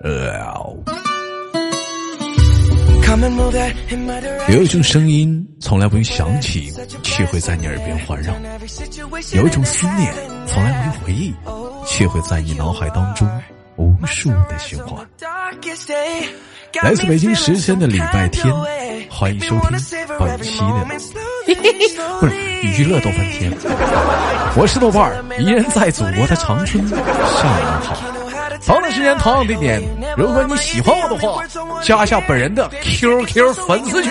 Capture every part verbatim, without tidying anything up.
有一种声音从来不用想起，却会在你耳边环绕；有一种思念从来不用回忆，却会在你脑海当中无数的循环。来自北京时间的礼拜天，欢迎收听本期的不是娱乐豆翻天，我是豆瓣儿，依然在祖国的长春向你们好。同样的时间同样的地点，如果你喜欢我的话，加一下本人的 Q Q 粉丝群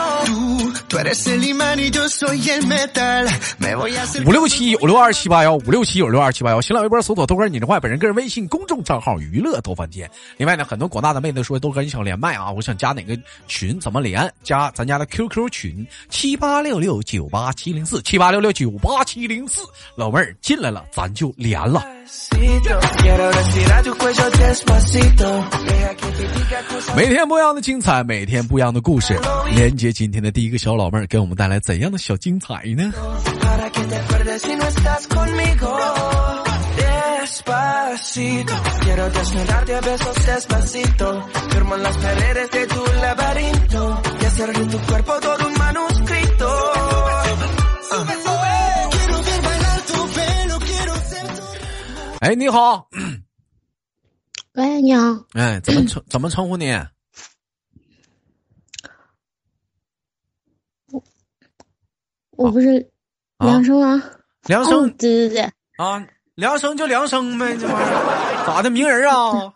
五六七九六二七八幺五六七九六二七八幺，新浪微博搜索豆哥你的坏，本人个人微信公众账号娱乐豆翻天。另外呢，很多广大的妹子说豆哥你想连麦啊，我想加哪个群怎么连？加咱家的 Q Q 群七八六六九八七零四七八六六九八七零四，老妹儿进来了咱就连了。每天不一样的精彩，每天不一样的故事，连接今天的第一个小老妹儿，给我们带来怎样的小精彩呢？哎，你好。 喂，你好。 哎，怎么称怎么称呼你？ 我我不是梁生啊。 梁生、 哦，对对对。 啊，梁生就梁生呗，这玩意儿咋的名人啊？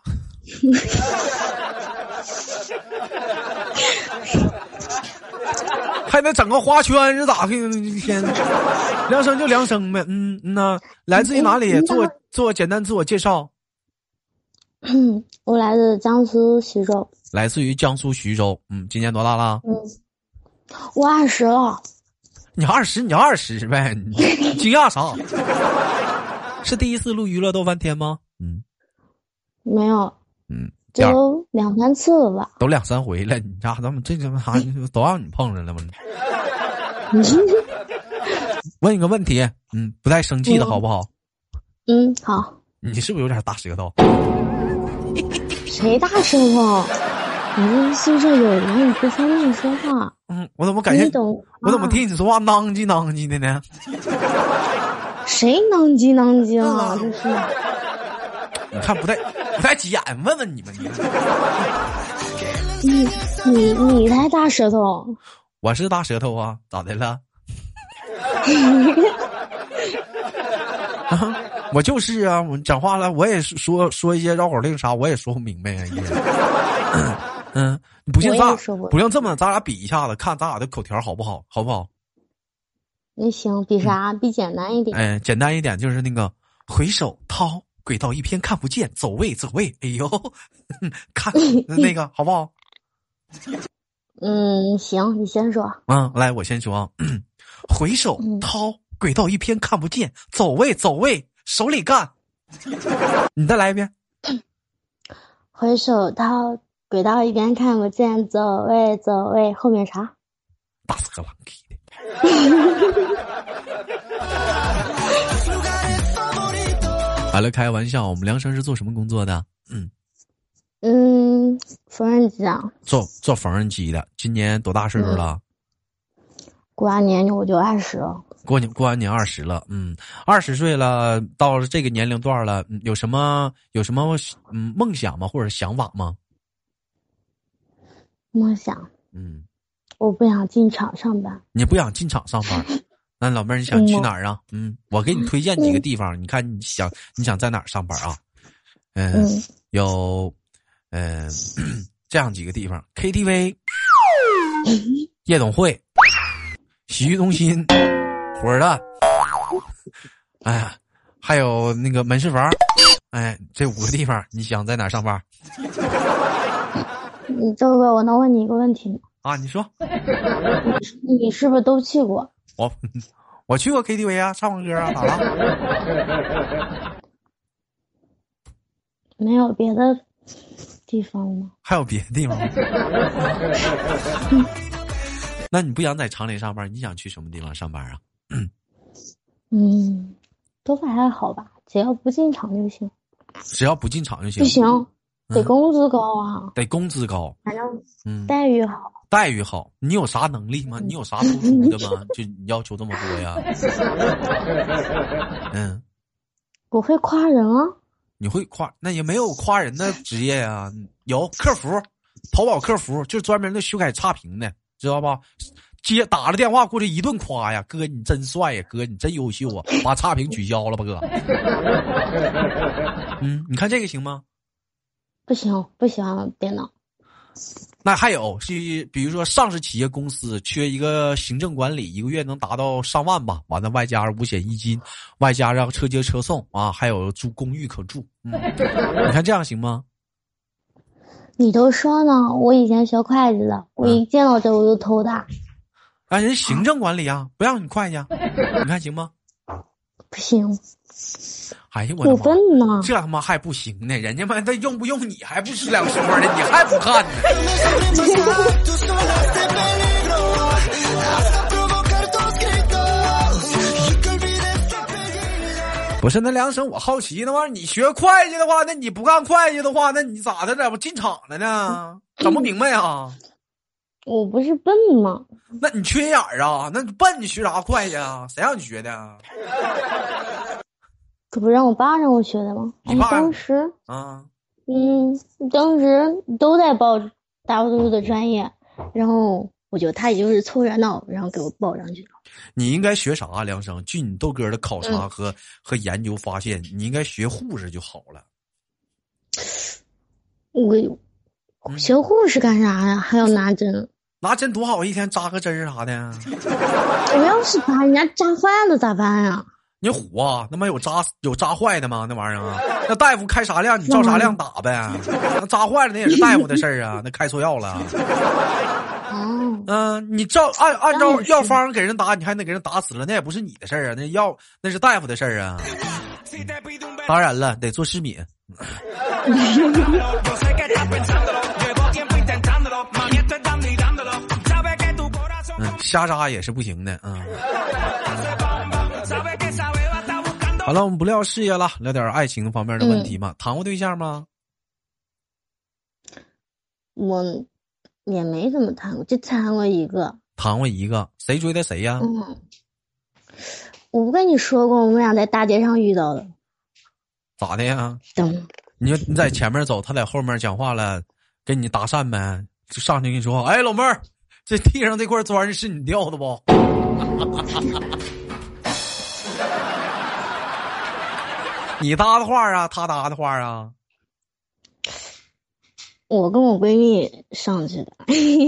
还得整个花圈是咋的？天，梁生就梁生呗。嗯嗯呐，来自于哪里？做做简单自我介绍。 嗯，我来自江苏徐州。 来自于江苏徐州。嗯，今年多大了？ 嗯，我二十了。 你二十，你二十呗？你惊讶啥？是第一次录娱乐豆翻天吗？嗯， 没有。 嗯， 就两三次了吧？ 都两三回了，你家咱们这他妈都让你碰上了吗？问一个问题，嗯，不带生气的好不好？ 嗯，好。 你是不是有点大舌头？ 谁大舌头？你这宿舍有人，你不方便说话。 嗯，我怎么感觉懂？ 我怎么听你说话囔叽囔叽的呢？ 谁囔叽囔叽了？这是。 你看不太不太急眼，问问你们你。你你你才大舌头。 我是大舌头啊，咋的了？啊，我就是啊，我讲话了，我也说说一些绕口令啥，我也说不明白啊。嗯，你不信咱不用这么，咱俩比一下子，看咱俩的口条好不好？好不好？ 那行，比啥？嗯、比简单一点。 哎，简单一点就是那个回首掏，轨道一片看不见，走位走位，哎呦，看那个好不好？ 嗯，行，你先说。 嗯，来，我先说。回首掏，轨道一片看不见，走位走位，手里干。你再来一遍。 回首掏，轨道一边看不见，走位走位，后面啥？ 大死个狼给的。好了，开玩笑，我们梁生是做什么工作的？嗯嗯，缝纫机啊。 做做缝纫机的，今年多大岁数了？嗯、 过完年我就二十了。 过年过完年二十了，嗯，二十岁了，到了这个年龄段了，有什么有什么嗯梦想吗？或者想法吗？ 梦想， 嗯， 我不想进厂上班。 你不想进厂上班？那老妹儿，你想去哪儿啊？嗯，我给你推荐几个地方，嗯、你看你想你想在哪儿上班啊？呃、嗯，有，呃，这样几个地方 ：K T V、夜总会、洗浴中心。火的，哎呀，还有那个门市房，哎，这五个地方，你想在哪儿上班？ 你周哥，我能问你一个问题吗？ 啊，你说， 你, 你是不是都去过？ 我我去过 K T V 啊，唱过歌啊，咋了？ 没有别的地方吗？ 还有别的地方吗？那你不想在厂里上班，你想去什么地方上班啊？ 嗯，都还好吧，只要不进厂就行。 只要不进厂就行。 不行， 得工资高啊， 得工资高， 反正嗯， 待遇好， 待遇好。你有啥能力吗？你有啥突出的吗？就你要求这么多呀？嗯， 我会夸人啊。 你会夸？那也没有夸人的职业呀，有客服，淘宝客服就专门的修改差评的，知道吧？接打了电话过去一顿夸呀，哥你真帅呀，哥你真优秀啊，把差评取消了吧，哥。嗯，你看这个行吗？ 不行，不喜欢电脑。 那还有是，比如说上市企业公司缺一个行政管理，一个月能达到上万吧，完了外加五险一金，外加让车接车送啊，还有住公寓可住。嗯，你看这样行吗？ 你都说呢，我以前学会计的，我一见到这我就头大。 啊，人行政管理啊，不让你会计，你看行吗？ 不行。 哎呀，我的妈！ 过分呢， 这他妈还不行呢，人家妈他用不用你还不是两说的，你还不看呢？不是那梁生，我好奇那玩意儿，你学会计的话，那你不干会计的话，那你咋的？咋不进厂了呢？整不明白啊？ 我不是笨吗？ 那你缺眼儿啊？那你笨，你学啥会计啊？谁让你学的？ 可不让我爸让我学的吗？ 你爸当时啊， 嗯，当时都在报大多数的专业，然后我觉得他也就是凑热闹，然后给我报上去了。 你应该学啥啊，梁生？据你豆哥的考察和、嗯、和研究发现，你应该学护士就好了。 我学护士干啥呀？还要拿针？ 拿针多好，一天扎个针啥的。 我要是把人家扎坏了咋办呀？ 你虎啊！他妈有扎有扎坏的吗？那玩意儿啊，那大夫开啥量你照啥量打呗。那扎坏了那也是大夫的事儿啊，那开错药了。嗯、呃，你照按按照药方给人打，你还能给人打死了，那也不是你的事儿啊，那药那是大夫的事儿啊。当然了，得做失敏。嗯，瞎扎也是不行的啊。嗯好了，我们不聊事业了，聊点爱情方面的问题嘛。嗯、谈过对象吗？ 我也没怎么谈过，就谈过一个。 谈过一个，谁追的谁呀？ 嗯，我不跟你说过，我们俩在大街上遇到的。 咋的呀？ 等你你在前面走，他在后面讲话了，跟你搭讪呗，就上去跟你说：“哎，老妹儿，这地上这块砖是你掉的不？”你搭的话啊，他搭的话啊。 我跟我闺蜜上去的。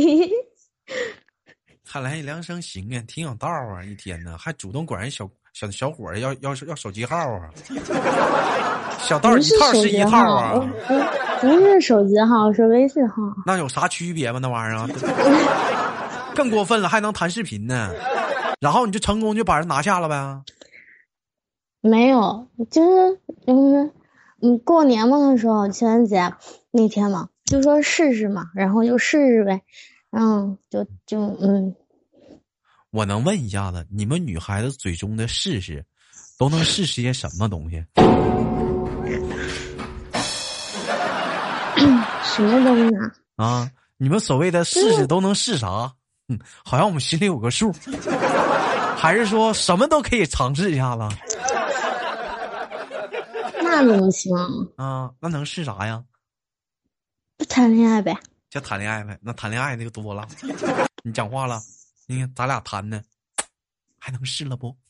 看来梁生行啊，挺有道啊，一天呢还主动管人小小小伙儿要要要手机号啊。小道一套是一号啊， 不是手机号，是微信号。 那有啥区别吗？那玩意儿啊，更过分了，还能谈视频呢。然后你就成功就把人拿下了呗。 没有，就是嗯嗯，过年嘛的时候，情人节那天嘛，就说试试嘛，然后就试试呗，然后就就嗯。 我能问一下子，你们女孩子嘴中的试试，都能试试些什么东西？ 什么东西啊？ 啊，你们所谓的试试都能试啥？嗯，好像我们心里有个数，还是说什么都可以尝试一下子？ 那怎么行啊？那能是啥呀？ 不谈恋爱呗。 叫谈恋爱呗？那谈恋爱那个多了。你讲话了，你看咱俩谈的，还能是了不？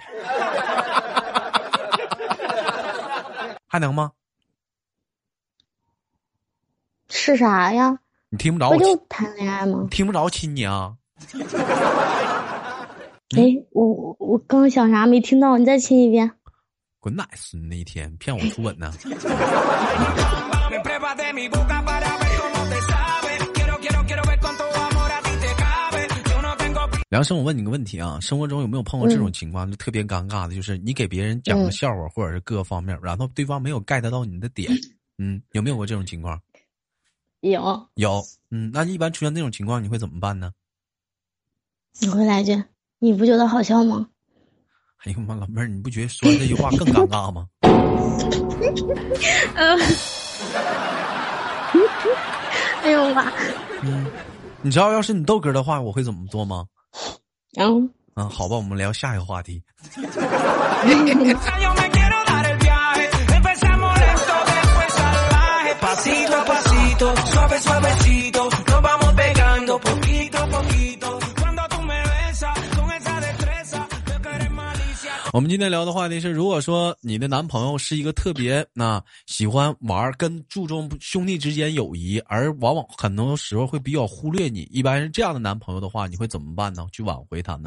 还能吗？ 是啥呀？ 你听不着我？ 不就谈恋爱吗？ 听不着亲你啊？ 哎、嗯，我我我刚想啥没听到，你再亲一遍。 滚奶孙那一天骗我初吻呢。梁生，我问你个问题啊，生活中有没有碰过这种情况，嗯、就特别尴尬的，就是你给别人讲个笑话，嗯、或者是各个方面，然后对方没有 get 到你的点，嗯，有没有过这种情况？ 有有，嗯，那一般出现这种情况，你会怎么办呢？ 你会来句，你不觉得好笑吗？ 哎呦妈，老妹儿，你不觉得说这句话更尴尬吗？ 嗯， 哎呦妈！ 嗯，你知道要是你豆哥的话，我会怎么做吗？ 嗯嗯，好吧，我们聊下一个话题。我们今天聊的话题是，如果说你的男朋友是一个特别那喜欢玩跟注重兄弟之间友谊，而往往很多时候会比较忽略你，一般是这样的男朋友的话，你会怎么办呢？去挽回他呢？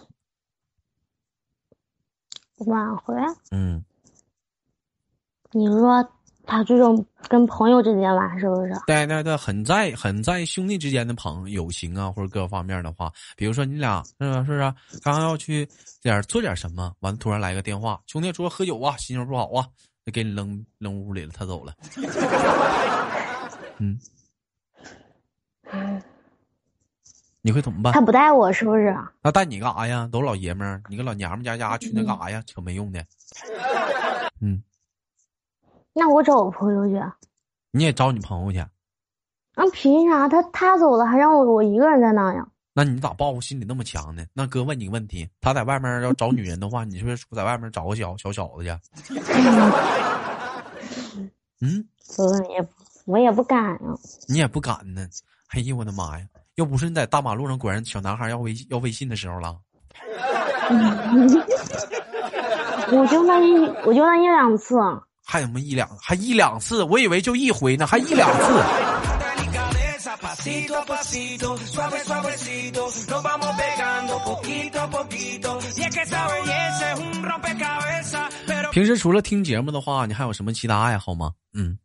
挽回？ 嗯， 你说他注重跟朋友之间玩，是不是？ 对对对，很在很在兄弟之间的朋友情啊，或者各方面的话，比如说你俩是吧是不是刚刚要去点做点什么，完了突然来个电话，兄弟说喝酒啊，心情不好啊，就给你扔扔屋里了，他走了。嗯，你会怎么办？ 他不带我是不是？ 那带你干啥呀？都老爷们儿，你个老娘们家家去那干啥呀？可没用的。嗯。 那我找我朋友去。 你也找你朋友去？ 那凭啥？他他走了，还让我我一个人在那呀？ 那你咋报复心理那么强呢？那哥问你个问题，他在外面要找女人的话，你是不是在外面找个小小小子去？嗯， 我也我也不敢啊。 你也不敢呢？哎呦我的妈呀！要不是你在大马路上管人小男孩要微要微信的时候了。 我就那一我就那一两次。 还他妈一两还一两次，我以为就一回呢，还一两次。平时除了听节目的话，你还有什么其他爱好吗？嗯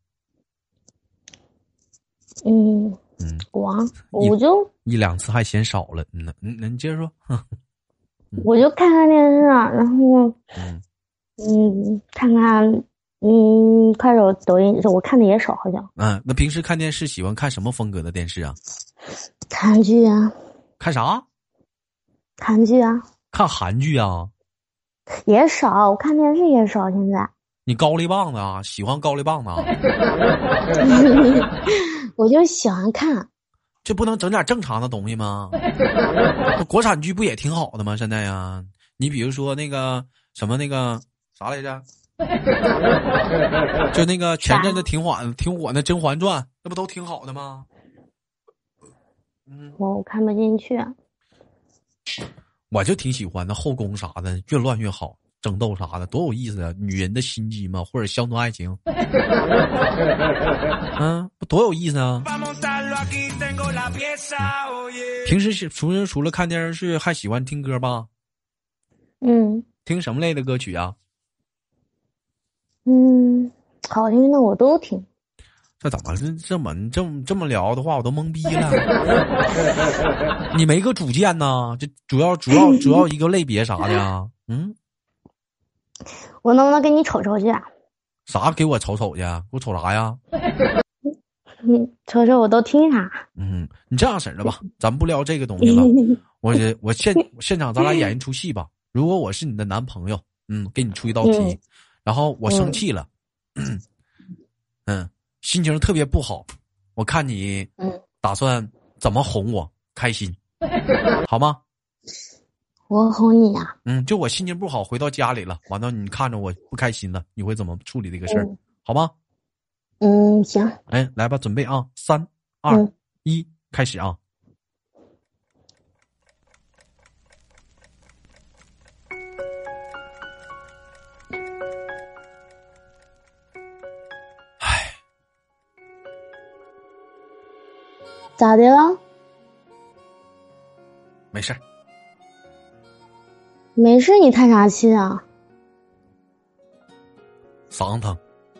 嗯嗯，我我就一两次还嫌少了，嗯，嗯，那你接着说。 我就看看电视，然后嗯嗯看看。嗯，快手、抖音，我看的也少，好像。 嗯，那平时看电视喜欢看什么风格的电视啊？ 韩剧啊。 看啥？ 韩剧啊。 看韩剧啊？ 也少，我看电视也少。现在。 你高丽棒子啊？喜欢高丽棒子啊？ 我就喜欢看。 这不能整点正常的东西吗？国产剧不也挺好的吗？现在呀，你比如说那个什么那个啥来着？就那个前阵子挺火挺火的《甄嬛传》，那不都挺好的吗？ 嗯，我看不进去。 我就挺喜欢的，后宫啥的越乱越好，争斗啥的多有意思啊！女人的心机嘛，或者乡村爱情，嗯，不多有意思啊！平时是除了除了看电视剧，还喜欢听歌吧？ 嗯， 听什么类的歌曲啊？ 嗯，好听的我都听。 这怎么这么这么这么聊的话，我都懵逼了。你没个主见呢？这主要主要主要一个类别啥的呀？嗯， 我能不能给你瞅瞅去？ 啥给我瞅瞅去？给我瞅啥呀？ 嗯，瞅瞅我都听啥？ 嗯，你这样式的吧，咱不聊这个东西了。我我现现场咱俩演一出戏吧。如果我是你的男朋友，嗯，给你出一道题。嗯，然后我生气了，嗯，嗯，心情特别不好，我看你打算怎么哄我开心，好吗？ 我哄你啊？ 嗯，就我心情不好，回到家里了，完了你看着我不开心了，你会怎么处理这个事儿？嗯，好吗？ 嗯，行。 哎，来吧，准备啊，三二一，开始啊！ 咋的了？ 没事。 没事，你叹啥气啊？ 嗓子疼。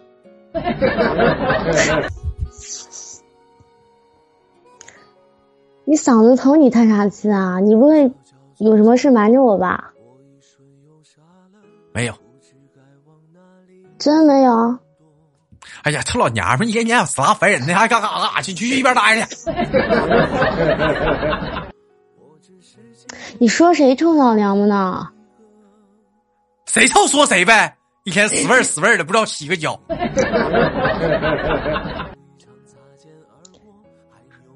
你嗓子疼，你叹啥气啊？你不会有什么事瞒着我吧？ 没有。 真没有？ 哎呀，臭老娘们，你给你俩死拉烦人的，还干干干去？去一边待着。 你说谁臭老娘们呢？ 谁臭说谁呗，一天死味儿死味儿的，不知道洗个脚。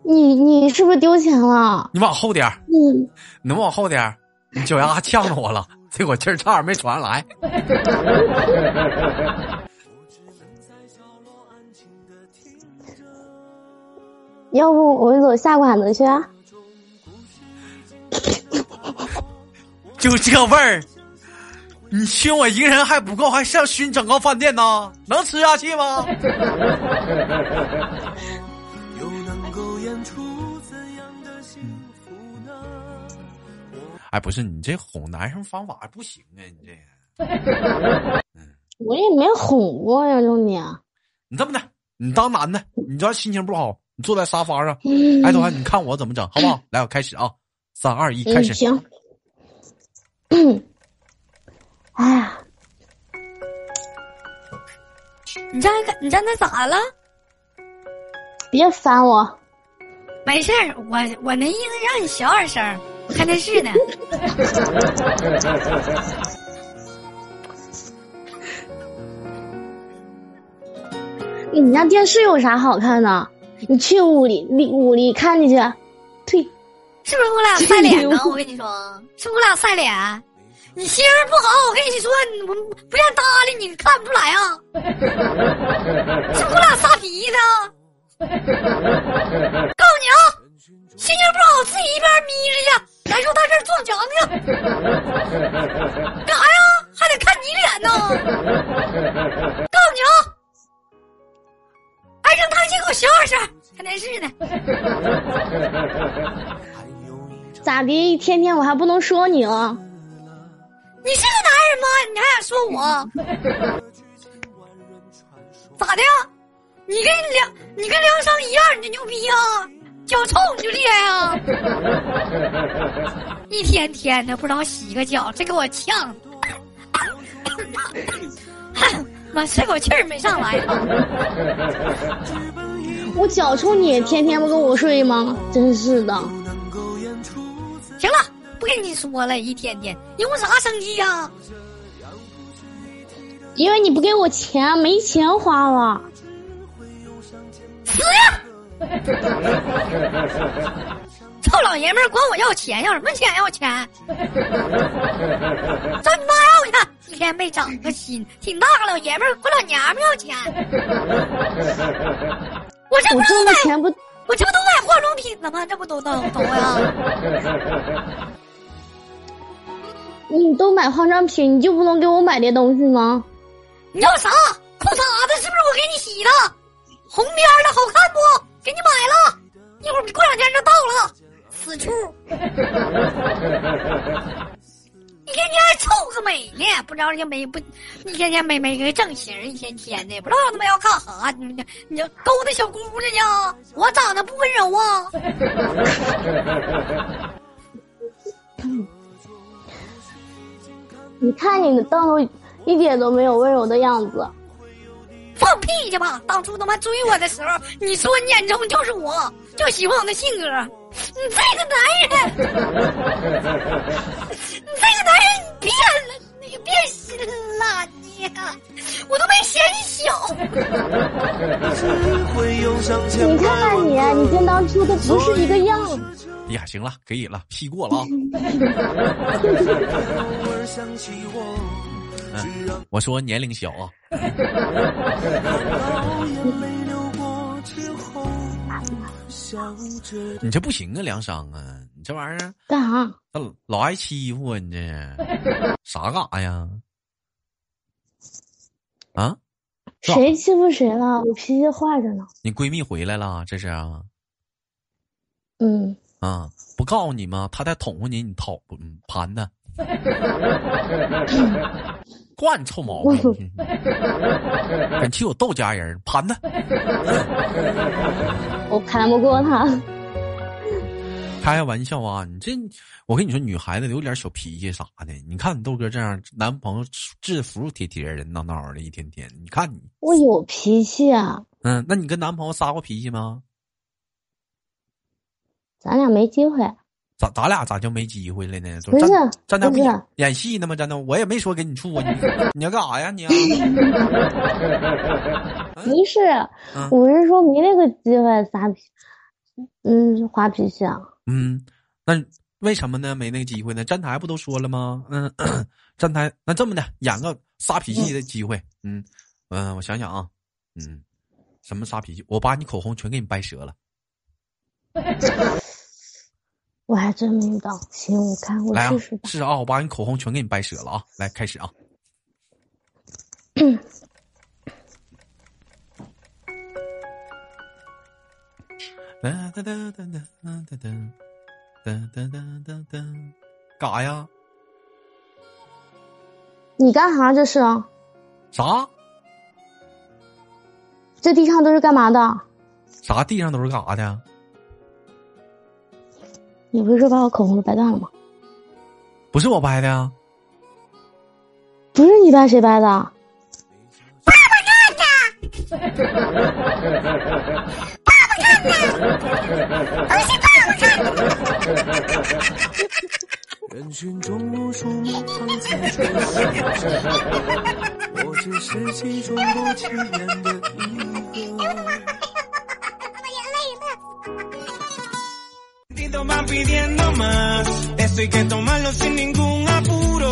你你是不是丢钱了？ 你往后点， 嗯， 你能往后点，你脚丫呛着我了，这我气儿差点没传来。 要不我们走下馆子去啊？ 就这味儿，你熏我一个人还不够，还想熏整个饭店呢？能吃下去吗？哎，不是你这哄男生方法不行啊！你这个， 我也没哄过呀，兄弟。 你这么的，你当男的，你知道心情不好，你坐在沙发上，哎，朵涵，你看我怎么整，好不好？来，我开始啊，三二一，开始。 嗯、行。嗯，哎呀， 你这你这那咋了？ 别烦我。 没事儿，我我那意思让你小点声，看电视呢。 你家电视有啥好看的？你去屋里里屋里看进去。退。 是不是我俩晒脸呢？我跟你说，是不是我俩晒脸？你心情不好，我跟你说，我不愿搭理你，看不出来啊？是不是我俩撒脾气呢？告诉你啊，心情不好自己一边眯着去，难受到这儿撞墙去，干啥呀？还得看你脸呢？告诉你啊，爱生叹气给我小点声，看电视呢。 咋的？天天我还不能说你了？ 你是个男人吗？你还想说我？咋的呀？你跟梁你跟梁生一样，你就牛逼啊？脚臭你就厉害啊？一天天的不知道洗个脚，这给我呛妈，这口气儿没上来啊！ 我脚臭你也天天不跟我睡吗？真是的。 行了，不跟你说了，一天天因为啥生气呀？ 因为你不给我钱，没钱花了。 死呀！臭老爷们儿管我要钱，要什么钱？要钱？找你妈要去！一天没长个心，挺大个老爷们儿管老娘们要钱。我这不我挣的钱不。 我这不都买化妆品了吗？这不都都都呀？ 你都买化妆品，你就不能给我买点东西吗？ 你要啥？裤衩子是不是我给你洗的？红边的好看不？给你买了，一会儿过两天就到了。死处！一天天还臭个美呢，不知道人家没不，一天天没没个正形，一天天的不知道他妈要干啥？你你你勾搭小姑娘呢？我长得不温柔啊！ 你看你的当头一点都没有温柔的样子。 放屁去吧！当初他妈追我的时候，你说你眼中就是我，就喜欢我的性格。你这个男人，你这个男人你变了，你变心了，你，我都没嫌你小。 你看看你，你跟当初都不是一个样子。 哎呀，行了，可以了，屁过了啊。嗯，我说年龄小啊。你这不行啊，梁商啊，你这玩意儿干啥？ 老爱欺负啊，你这啥干啥呀？啊？ 谁欺负谁了？我脾气坏着呢。 你闺蜜回来了，这是啊？ 嗯。 啊，不告诉你吗？她在捅咕你，你讨嗯盘的。惯臭毛病，敢欺我豆家人，盘他！ 我盘不过他。 开玩笑啊！你这，我跟你说，女孩子有点小脾气啥的。你看你豆哥这样，男朋友制服帖帖人闹闹的，一天天。你看你， 我有脾气啊。 嗯，那你跟男朋友撒过脾气吗？ 咱俩没机会。 咋咱俩咋就没机会了呢？ 不是， 站那不是演戏呢吗？站那我也没说跟你处啊，你你要干啥呀你啊？ 不是，我是说没那个机会撒脾。 嗯，发脾气啊。 嗯，那为什么呢？没那个机会呢？站台不都说了吗？嗯，站台那这么的演个撒脾气的机会。嗯嗯，我想想啊，嗯，什么撒脾气？我把你口红全给你掰折了。 我还真没遇到，行，我看我试试吧。 是啊，我把你口红全给你掰折了啊！来，开始啊。哒哒哒哒哒哒哒哒哒哒哒，干啥呀？ 你干啥？这是？ 啥？ 这地上都是干嘛的？ 啥地上都是干啥的？ 你不是把我口红都掰断了吗？ 不是我掰的呀。 不是你掰，谁掰的？ 爸爸干的。爸爸干的。都是爸爸干的。 人群中无数目光在注视，我只是其中不起眼的一个。pidiendo más, esto hay que tomarlo sin ningún apuro.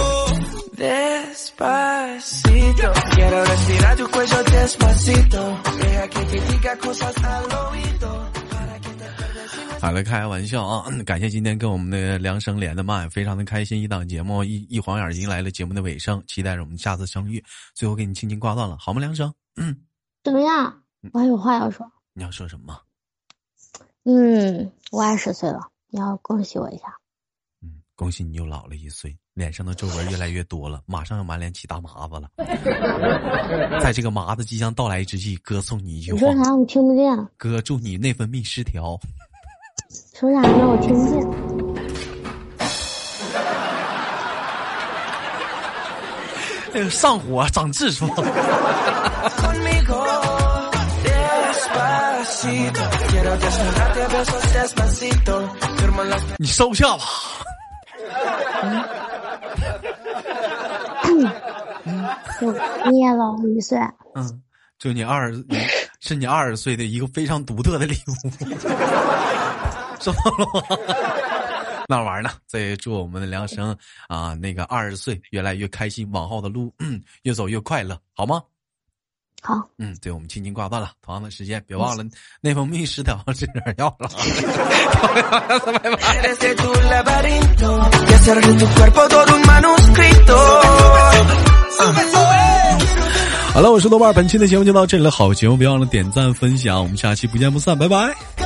Despacito, quiero respirar tu cuello despacito, deja que te diga cosas al oído. 好了，开玩笑啊！感谢今天跟我们的梁生连的麦，非常的开心。一档节目一一晃眼迎来了节目的尾声，期待着我们下次相遇。最后给你轻轻挂断了，好吗，梁生？嗯， 怎么样？我还有话要说。 你要说什么？ 嗯，我二十岁了，你要恭喜我一下。 嗯，恭喜你又老了一岁，脸上的皱纹越来越多了，马上要满脸起大麻子了。在这个麻子即将到来之际，哥送你一句话。 你说啥？我听不见。 哥祝你内分泌失调。 说啥呢？我听不见。 哎呦，上火长痔疮。你收下吧。 嗯，你也老一岁。 嗯，就你二十，是你二十岁的一个非常独特的礼物。收到了吗？那玩意儿呢？再祝我们的梁生啊，那个二十岁越来越开心，往后的路嗯越走越快乐，好吗？ 好。 嗯，对，我们轻轻挂断了。同样的时间，别忘了内分泌失调这点药了。拜拜。好了，我是豆瓣，本期的节目就到这里了。好节目别忘了点赞分享，我们下期不见不散，拜拜。